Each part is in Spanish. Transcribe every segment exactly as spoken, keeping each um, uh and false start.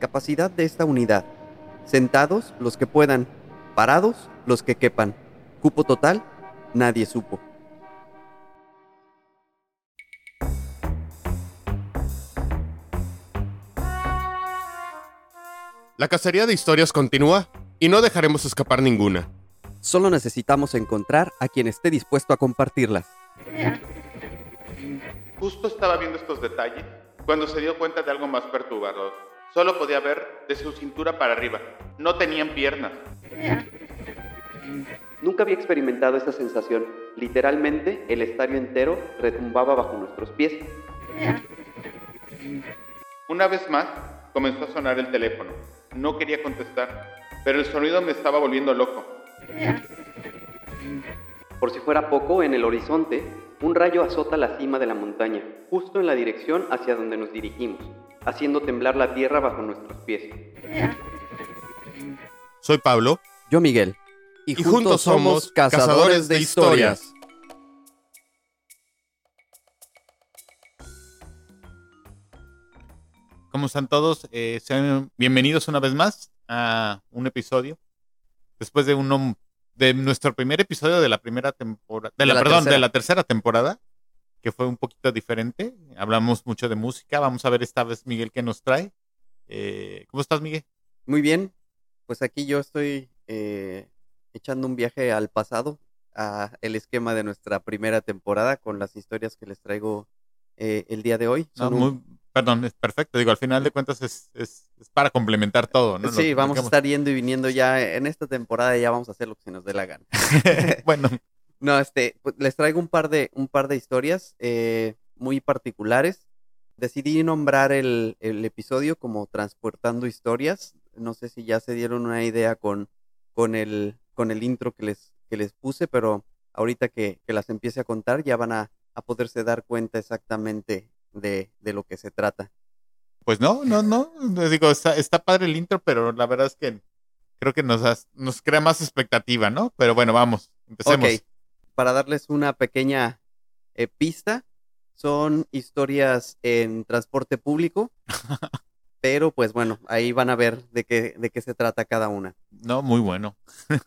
Capacidad de esta unidad: sentados los que puedan, parados los que quepan. Cupo total, nadie supo. La cacería de historias continúa y no dejaremos escapar ninguna. Solo necesitamos encontrar a quien esté dispuesto a compartirlas. Justo estaba viendo estos detalles cuando se dio cuenta de algo más perturbador. Solo podía ver de su cintura para arriba. No tenían piernas. Nunca había experimentado esa sensación. Literalmente, el estadio entero retumbaba bajo nuestros pies. Una vez más, comenzó a sonar el teléfono. No quería contestar, pero el sonido me estaba volviendo loco. Por si fuera poco, en el horizonte, un rayo azota la cima de la montaña, justo en la dirección hacia donde nos dirigimos, haciendo temblar la tierra bajo nuestros pies. Soy Pablo. Yo, Miguel. Y, y juntos somos Cazadores de Historias. ¿Cómo están todos? Eh, sean bienvenidos una vez más a un episodio. Después de uno de nuestro primer episodio de la primera temporada, de la, de la perdón, tercera. de la tercera temporada, que fue un poquito diferente. Hablamos mucho de música. Vamos a ver esta vez, Miguel, qué nos trae. Eh, ¿Cómo estás, Miguel? Muy bien. Pues aquí yo estoy eh, echando un viaje al pasado, a el esquema de nuestra primera temporada con las historias que les traigo eh, el día de hoy. Son no, muy, un... Perdón, es perfecto. Digo, al final de cuentas es, es, es para complementar todo, ¿no? Sí, vamos a estar yendo y viniendo ya en esta temporada, ya vamos a hacer lo que se nos dé la gana. Bueno. No, este, pues les traigo un par de, un par de historias eh, muy particulares. Decidí nombrar el, el episodio como Transportando Historias. No sé si ya se dieron una idea con, con, el, con el intro que les, que les puse, pero ahorita que, que las empiece a contar ya van a, a poderse dar cuenta exactamente de, de lo que se trata. Pues no, no, no. Les digo, está, está padre el intro, pero la verdad es que creo que nos, has, nos crea más expectativa, ¿no? Pero bueno, vamos, empecemos. Ok, para darles una pequeña eh, pista, son historias en transporte público. Pero pues bueno, ahí van a ver de qué, de qué se trata cada una. No, muy bueno.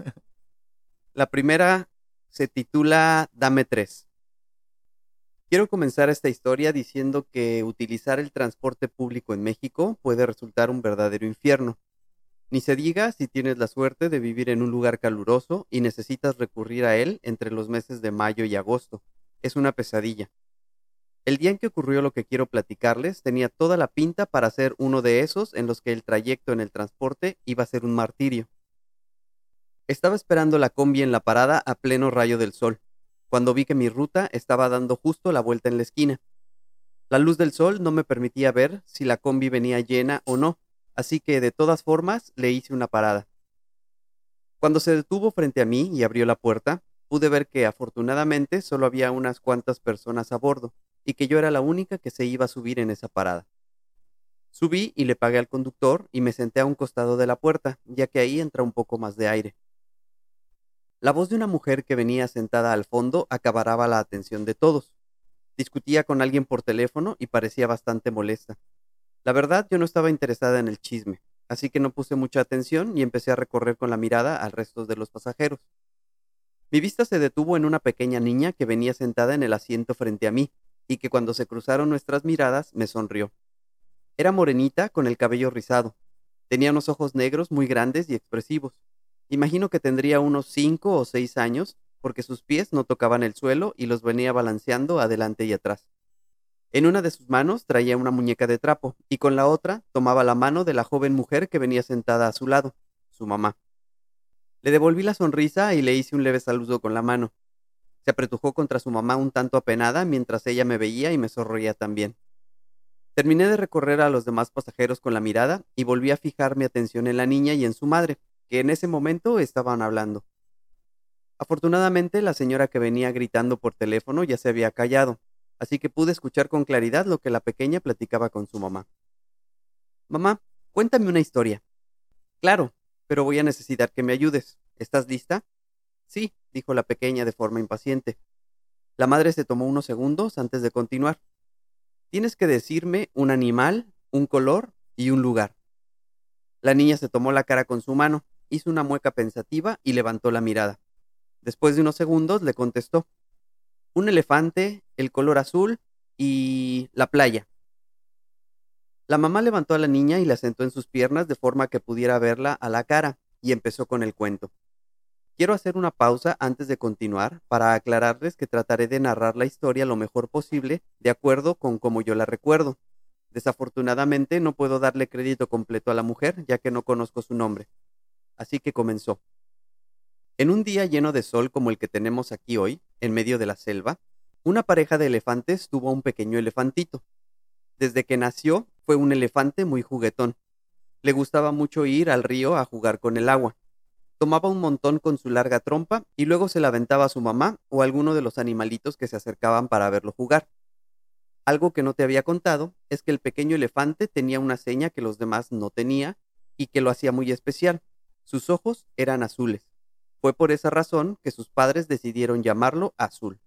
La primera se titula Dame tres. Quiero comenzar esta historia diciendo que utilizar el transporte público en México puede resultar un verdadero infierno. Ni se diga si tienes la suerte de vivir en un lugar caluroso y necesitas recurrir a él entre los meses de mayo y agosto. Es una pesadilla. El día en que ocurrió lo que quiero platicarles tenía toda la pinta para ser uno de esos en los que el trayecto en el transporte iba a ser un martirio. Estaba esperando la combi en la parada a pleno rayo del sol, cuando vi que mi ruta estaba dando justo la vuelta en la esquina. La luz del sol no me permitía ver si la combi venía llena o no, así que de todas formas le hice una parada. Cuando se detuvo frente a mí y abrió la puerta, pude ver que afortunadamente solo había unas cuantas personas a bordo, y que yo era la única que se iba a subir en esa parada. Subí y le pagué al conductor y me senté a un costado de la puerta, ya que ahí entra un poco más de aire. La voz de una mujer que venía sentada al fondo acaparaba la atención de todos. Discutía con alguien por teléfono y parecía bastante molesta. La verdad, yo no estaba interesada en el chisme, así que no puse mucha atención y empecé a recorrer con la mirada al resto de los pasajeros. Mi vista se detuvo en una pequeña niña que venía sentada en el asiento frente a mí, y que cuando se cruzaron nuestras miradas me sonrió. Era morenita con el cabello rizado. Tenía unos ojos negros muy grandes y expresivos. Imagino que tendría unos cinco o seis años, porque sus pies no tocaban el suelo y los venía balanceando adelante y atrás. En una de sus manos traía una muñeca de trapo y con la otra tomaba la mano de la joven mujer que venía sentada a su lado, su mamá. Le devolví la sonrisa y le hice un leve saludo con la mano. Se apretujó contra su mamá un tanto apenada mientras ella me veía y me sonreía también. Terminé de recorrer a los demás pasajeros con la mirada y volví a fijar mi atención en la niña y en su madre, que en ese momento estaban hablando. Afortunadamente, la señora que venía gritando por teléfono ya se había callado, así que pude escuchar con claridad lo que la pequeña platicaba con su mamá. Mamá, cuéntame una historia. Claro, pero voy a necesitar que me ayudes. ¿Estás lista? Sí, dijo la pequeña de forma impaciente. La madre se tomó unos segundos antes de continuar. Tienes que decirme un animal, un color y un lugar. La niña se tomó la cara con su mano, hizo una mueca pensativa y levantó la mirada. Después de unos segundos le contestó: un elefante, el color azul y la playa. La mamá levantó a la niña y la sentó en sus piernas de forma que pudiera verla a la cara, y empezó con el cuento. Quiero hacer una pausa antes de continuar para aclararles que trataré de narrar la historia lo mejor posible de acuerdo con cómo yo la recuerdo. Desafortunadamente no puedo darle crédito completo a la mujer, ya que no conozco su nombre. Así que comenzó. En un día lleno de sol como el que tenemos aquí hoy, en medio de la selva, una pareja de elefantes tuvo un pequeño elefantito. Desde que nació fue un elefante muy juguetón. Le gustaba mucho ir al río a jugar con el agua. Tomaba un montón con su larga trompa y luego se la aventaba a su mamá o a alguno de los animalitos que se acercaban para verlo jugar. Algo que no te había contado es que el pequeño elefante tenía una seña que los demás no tenía y que lo hacía muy especial. Sus ojos eran azules. Fue por esa razón que sus padres decidieron llamarlo Azul.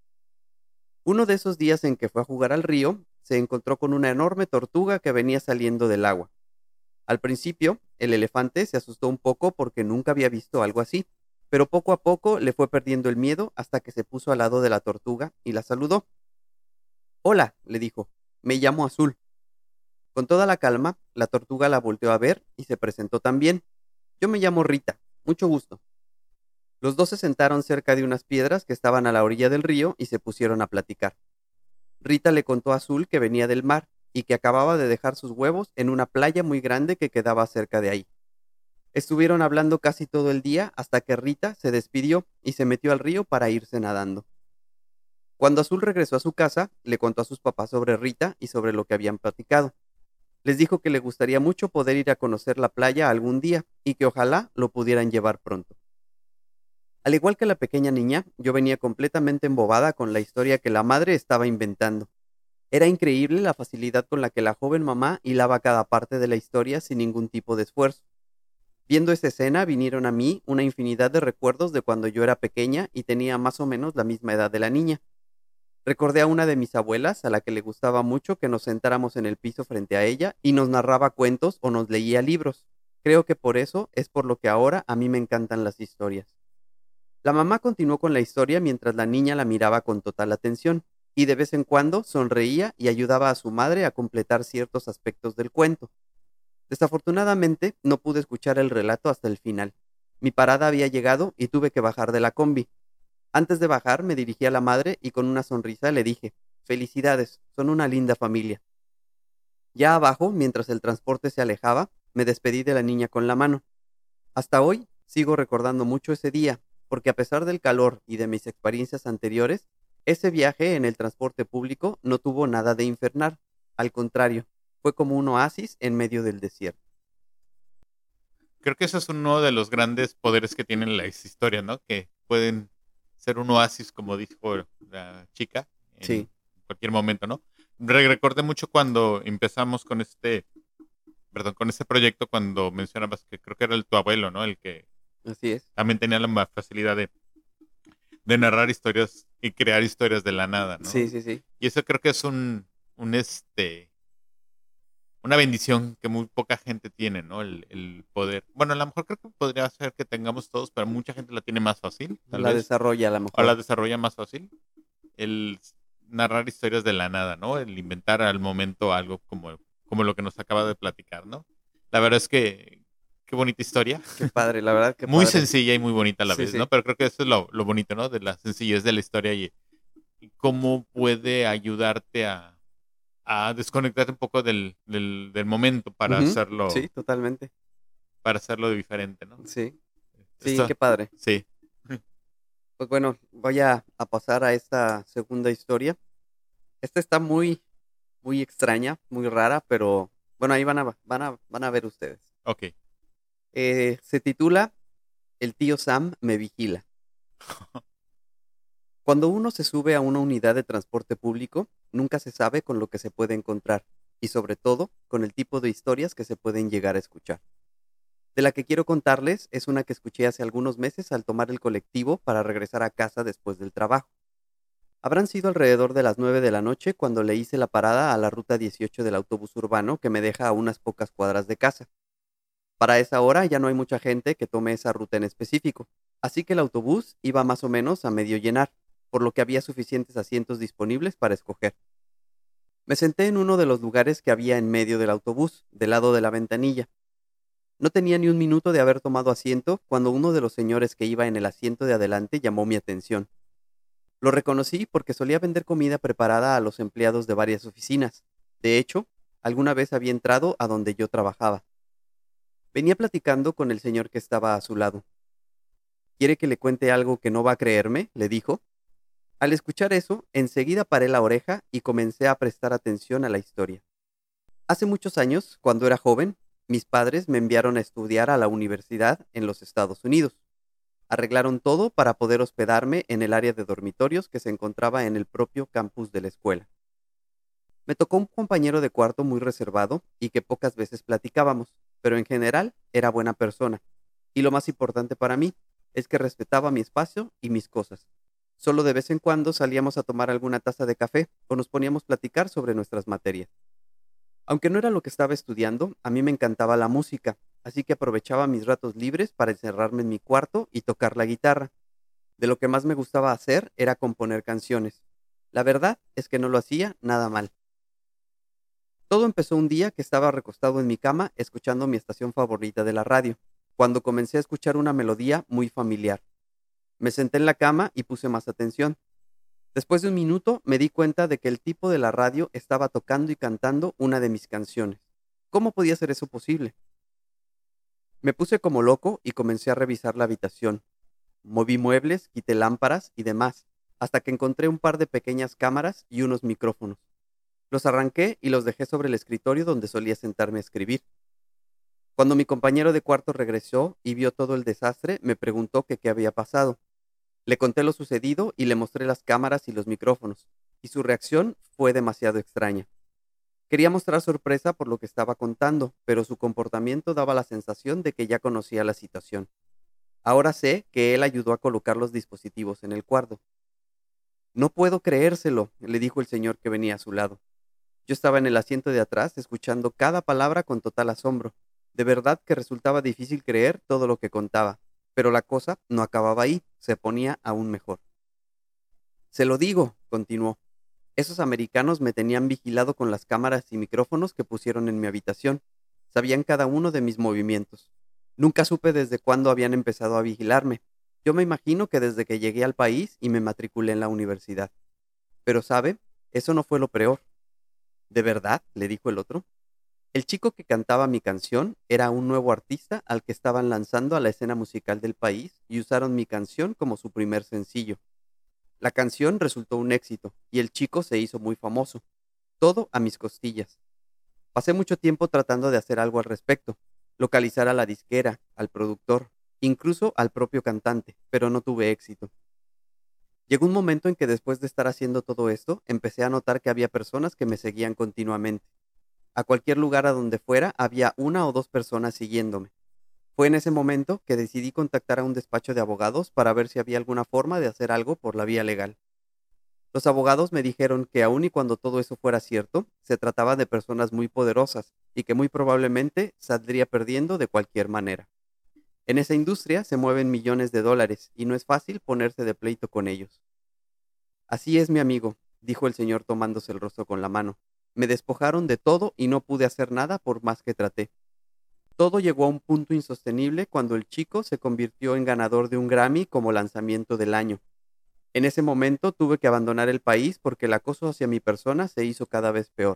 Uno de esos días en que fue a jugar al río, se encontró con una enorme tortuga que venía saliendo del agua. Al principio, el elefante se asustó un poco porque nunca había visto algo así, pero poco a poco le fue perdiendo el miedo hasta que se puso al lado de la tortuga y la saludó. «Hola», le dijo, «me llamo Azul». Con toda la calma, la tortuga la volteó a ver y se presentó también. «Yo me llamo Rita, mucho gusto». Los dos se sentaron cerca de unas piedras que estaban a la orilla del río y se pusieron a platicar. Rita le contó a Azul que venía del mar y que acababa de dejar sus huevos en una playa muy grande que quedaba cerca de ahí. Estuvieron hablando casi todo el día hasta que Rita se despidió y se metió al río para irse nadando. Cuando Azul regresó a su casa, le contó a sus papás sobre Rita y sobre lo que habían platicado. Les dijo que le gustaría mucho poder ir a conocer la playa algún día y que ojalá lo pudieran llevar pronto. Al igual que la pequeña niña, yo venía completamente embobada con la historia que la madre estaba inventando. Era increíble la facilidad con la que la joven mamá hilaba cada parte de la historia sin ningún tipo de esfuerzo. Viendo esa escena vinieron a mí una infinidad de recuerdos de cuando yo era pequeña y tenía más o menos la misma edad de la niña. Recordé a una de mis abuelas, a la que le gustaba mucho que nos sentáramos en el piso frente a ella y nos narraba cuentos o nos leía libros. Creo que por eso es por lo que ahora a mí me encantan las historias. La mamá continuó con la historia mientras la niña la miraba con total atención, y de vez en cuando sonreía y ayudaba a su madre a completar ciertos aspectos del cuento. Desafortunadamente, no pude escuchar el relato hasta el final. Mi parada había llegado y tuve que bajar de la combi. Antes de bajar, me dirigí a la madre y con una sonrisa le dije: «Felicidades, son una linda familia». Ya abajo, mientras el transporte se alejaba, me despedí de la niña con la mano. Hasta hoy, sigo recordando mucho ese día, porque a pesar del calor y de mis experiencias anteriores, ese viaje en el transporte público no tuvo nada de infernal. Al contrario, fue como un oasis en medio del desierto. Creo que eso es uno de los grandes poderes que tienen las historias, ¿no? Que pueden ser un oasis, como dijo la chica, en Sí. cualquier momento, ¿no? Re- recordé mucho cuando empezamos con este, perdón, con este proyecto, cuando mencionabas que creo que era el, tu abuelo, ¿no? El que Así es. también tenía la ma- facilidad de, de narrar historias y crear historias de la nada, ¿no? Sí, sí, sí. Y eso creo que es un, un este, una bendición que muy poca gente tiene, ¿no? El, el poder. Bueno, a lo mejor creo que podría ser que tengamos todos, pero mucha gente la tiene más fácil, tal La vez, desarrolla a lo o la mejor. desarrolla más fácil. El narrar historias de la nada, ¿no? El inventar al momento algo como, como lo que nos acaba de platicar, ¿no? La verdad es que qué bonita historia. Qué padre, la verdad, qué Muy padre. sencilla y muy bonita a la Sí, vez, ¿no? sí. Pero creo que eso es lo, lo bonito, ¿no? De la sencillez de la historia y, y cómo puede ayudarte a, a desconectarte un poco del, del, del momento para Ujú. hacerlo, Sí, totalmente. para hacerlo diferente, ¿no? Sí. Sí, Esto, qué padre. sí. Pues bueno, voy a, a pasar a esta segunda historia. Esta está muy, muy extraña, muy rara, pero bueno, ahí van a, van a, van a ver ustedes. Ok. Eh, se titula El tío Sam me vigila. Cuando uno se sube a una unidad de transporte público, nunca se sabe con lo que se puede encontrar y sobre todo con el tipo de historias que se pueden llegar a escuchar. De la que quiero contarles es una que escuché hace algunos meses al tomar el colectivo para regresar a casa después del trabajo. Habrán sido alrededor de las nueve de la noche cuando le hice la parada a la ruta dieciocho del autobús urbano que me deja a unas pocas cuadras de casa. Para esa hora ya no hay mucha gente que tome esa ruta en específico, así que el autobús iba más o menos a medio llenar, por lo que había suficientes asientos disponibles para escoger. Me senté en uno de los lugares que había en medio del autobús, del lado de la ventanilla. No tenía ni un minuto de haber tomado asiento cuando uno de los señores que iba en el asiento de adelante llamó mi atención. Lo reconocí porque solía vender comida preparada a los empleados de varias oficinas. De hecho, alguna vez había entrado a donde yo trabajaba. Venía platicando con el señor que estaba a su lado. ¿Quiere que le cuente algo que no va a creerme?, le dijo. Al escuchar eso, enseguida paré la oreja y comencé a prestar atención a la historia. Hace muchos años, cuando era joven, mis padres me enviaron a estudiar a la universidad en los Estados Unidos. Arreglaron todo para poder hospedarme en el área de dormitorios que se encontraba en el propio campus de la escuela. Me tocó un compañero de cuarto muy reservado y que pocas veces platicábamos, pero en general era buena persona. Y lo más importante para mí es que respetaba mi espacio y mis cosas. Solo de vez en cuando salíamos a tomar alguna taza de café o nos poníamos a platicar sobre nuestras materias. Aunque no era lo que estaba estudiando, a mí me encantaba la música, así que aprovechaba mis ratos libres para encerrarme en mi cuarto y tocar la guitarra. De lo que más me gustaba hacer era componer canciones. La verdad es que no lo hacía nada mal. Todo empezó un día que estaba recostado en mi cama escuchando mi estación favorita de la radio, cuando comencé a escuchar una melodía muy familiar. Me senté en la cama y puse más atención. Después de un minuto me di cuenta de que el tipo de la radio estaba tocando y cantando una de mis canciones. ¿Cómo podía ser eso posible? Me puse como loco y comencé a revisar la habitación. Moví muebles, quité lámparas y demás, hasta que encontré un par de pequeñas cámaras y unos micrófonos. Los arranqué y los dejé sobre el escritorio donde solía sentarme a escribir. Cuando mi compañero de cuarto regresó y vio todo el desastre, me preguntó que qué había pasado. Le conté lo sucedido y le mostré las cámaras y los micrófonos, y su reacción fue demasiado extraña. Quería mostrar sorpresa por lo que estaba contando, pero su comportamiento daba la sensación de que ya conocía la situación. Ahora sé que él ayudó a colocar los dispositivos en el cuarto. No puedo creérselo, le dijo el señor que venía a su lado. Yo estaba en el asiento de atrás, escuchando cada palabra con total asombro. De verdad que resultaba difícil creer todo lo que contaba. Pero la cosa no acababa ahí, se ponía aún mejor. Se lo digo, continuó. Esos americanos me tenían vigilado con las cámaras y micrófonos que pusieron en mi habitación. Sabían cada uno de mis movimientos. Nunca supe desde cuándo habían empezado a vigilarme. Yo me imagino que desde que llegué al país y me matriculé en la universidad. Pero, ¿sabe? Eso no fue lo peor. ¿De verdad?, le dijo el otro. El chico que cantaba mi canción era un nuevo artista al que estaban lanzando a la escena musical del país y usaron mi canción como su primer sencillo. La canción resultó un éxito y el chico se hizo muy famoso. Todo a mis costillas. Pasé mucho tiempo tratando de hacer algo al respecto, localizar a la disquera, al productor, incluso al propio cantante, pero no tuve éxito. Llegó un momento en que después de estar haciendo todo esto, empecé a notar que había personas que me seguían continuamente. A cualquier lugar a donde fuera había una o dos personas siguiéndome. Fue en ese momento que decidí contactar a un despacho de abogados para ver si había alguna forma de hacer algo por la vía legal. Los abogados me dijeron que aun y cuando todo eso fuera cierto, se trataba de personas muy poderosas y que muy probablemente saldría perdiendo de cualquier manera. En esa industria se mueven millones de dólares y no es fácil ponerse de pleito con ellos. Así es, mi amigo, dijo el señor tomándose el rostro con la mano. Me despojaron de todo y no pude hacer nada por más que traté. Todo llegó a un punto insostenible cuando el chico se convirtió en ganador de un Grammy como lanzamiento del año. En ese momento tuve que abandonar el país porque el acoso hacia mi persona se hizo cada vez peor.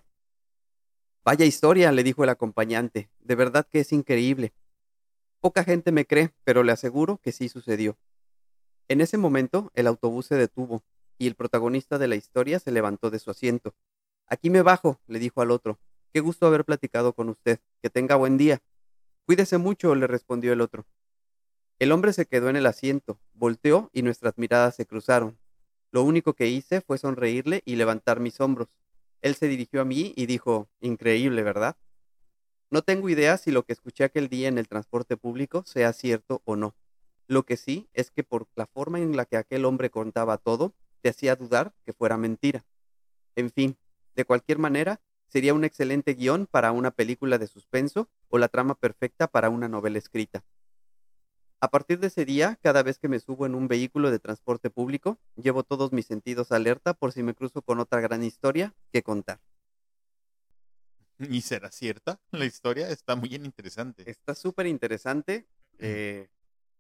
Vaya historia, le dijo el acompañante, de verdad que es increíble. Poca gente me cree, pero le aseguro que sí sucedió. En ese momento el autobús se detuvo y el protagonista de la historia se levantó de su asiento. Aquí me bajo, le dijo al otro. Qué gusto haber platicado con usted. Que tenga buen día. Cuídese mucho, le respondió el otro. El hombre se quedó en el asiento, volteó y nuestras miradas se cruzaron. Lo único que hice fue sonreírle y levantar mis hombros. Él se dirigió a mí y dijo, increíble, ¿verdad? No tengo idea si lo que escuché aquel día en el transporte público sea cierto o no. Lo que sí es que por la forma en la que aquel hombre contaba todo, te hacía dudar que fuera mentira. En fin, de cualquier manera, sería un excelente guión para una película de suspenso o la trama perfecta para una novela escrita. A partir de ese día, cada vez que me subo en un vehículo de transporte público, llevo todos mis sentidos alerta por si me cruzo con otra gran historia que contar. ¿Y será cierta la historia? Está muy bien interesante. Está súper interesante. Eh,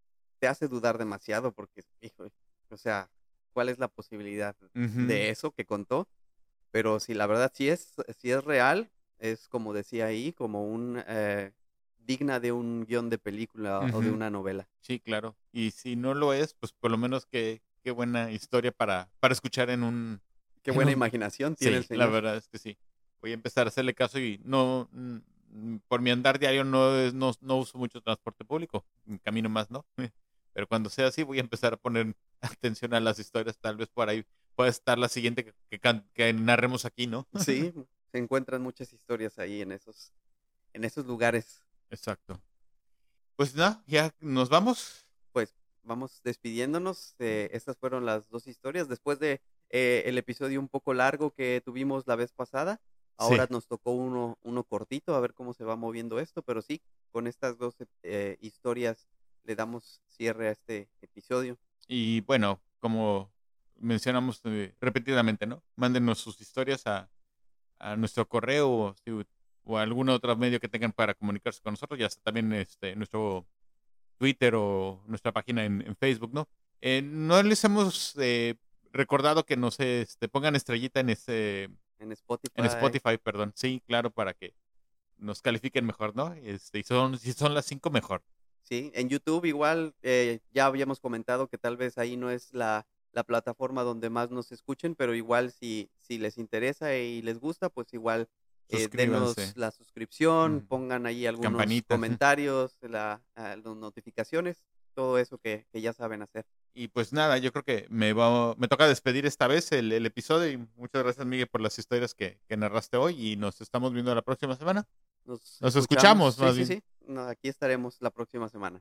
te hace dudar demasiado porque, hijo, o sea, ¿cuál es la posibilidad Ujú. de eso que contó? Pero si la verdad sí es, sí es real, es como decía ahí, como un eh, digna de un guión de película o de Ujú. una novela. Sí, claro. Y si no lo es, pues por lo menos qué, qué buena historia para, para escuchar en un, Qué en buena un... imaginación tiene el Sí, la señor. verdad es que sí. Voy a empezar a hacerle caso y no, mm, por mi andar diario no, es- no, no uso mucho transporte público. Camino más, ¿no? Pero cuando sea así voy a empezar a poner atención a las historias. Tal vez por ahí pueda estar la siguiente que, que, can- que narremos aquí, ¿no? Sí, se encuentran muchas historias ahí en esos, en esos lugares. Exacto. Pues nada, ya nos vamos. Pues vamos despidiéndonos. Eh, estas fueron las dos historias. Después de eh, el episodio un poco largo que tuvimos la vez pasada, Sí. ahora nos tocó uno, uno cortito, a ver cómo se va moviendo esto. Pero sí, con estas dos eh, historias le damos cierre a este episodio. Y bueno, como mencionamos eh, repetidamente, ¿no? Mándenos sus historias a, a nuestro correo o, si- o a algún otro medio que tengan para comunicarse con nosotros, ya está también este, nuestro Twitter o nuestra página en, en Facebook, ¿no? Eh, no les hemos eh, recordado que nos este, pongan estrellita en ese, En en Spotify. Spotify, perdón. Sí, claro, para que nos califiquen mejor, ¿no? Este, y son, si son las cinco, mejor. Sí, en YouTube igual eh, ya habíamos comentado que tal vez ahí no es la, la plataforma donde más nos escuchen, pero igual si, si les interesa y les gusta, pues igual eh, denos Suscríbanse. la suscripción, Mm, pongan ahí algunos Campanita. comentarios, la, ah, las notificaciones, todo eso que, que ya saben hacer. Y pues nada, yo creo que me va, me toca despedir esta vez el, el episodio y muchas gracias, Miguel, por las historias que, que narraste hoy y nos estamos viendo la próxima semana. Nos Nos escuchamos, escuchamos, sí, más sí, bien. sí, no, aquí estaremos la próxima semana.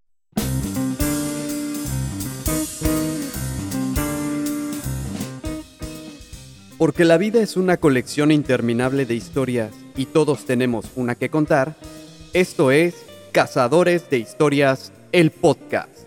Porque la vida es una colección interminable de historias y todos tenemos una que contar, esto es Cazadores de Historias, el podcast.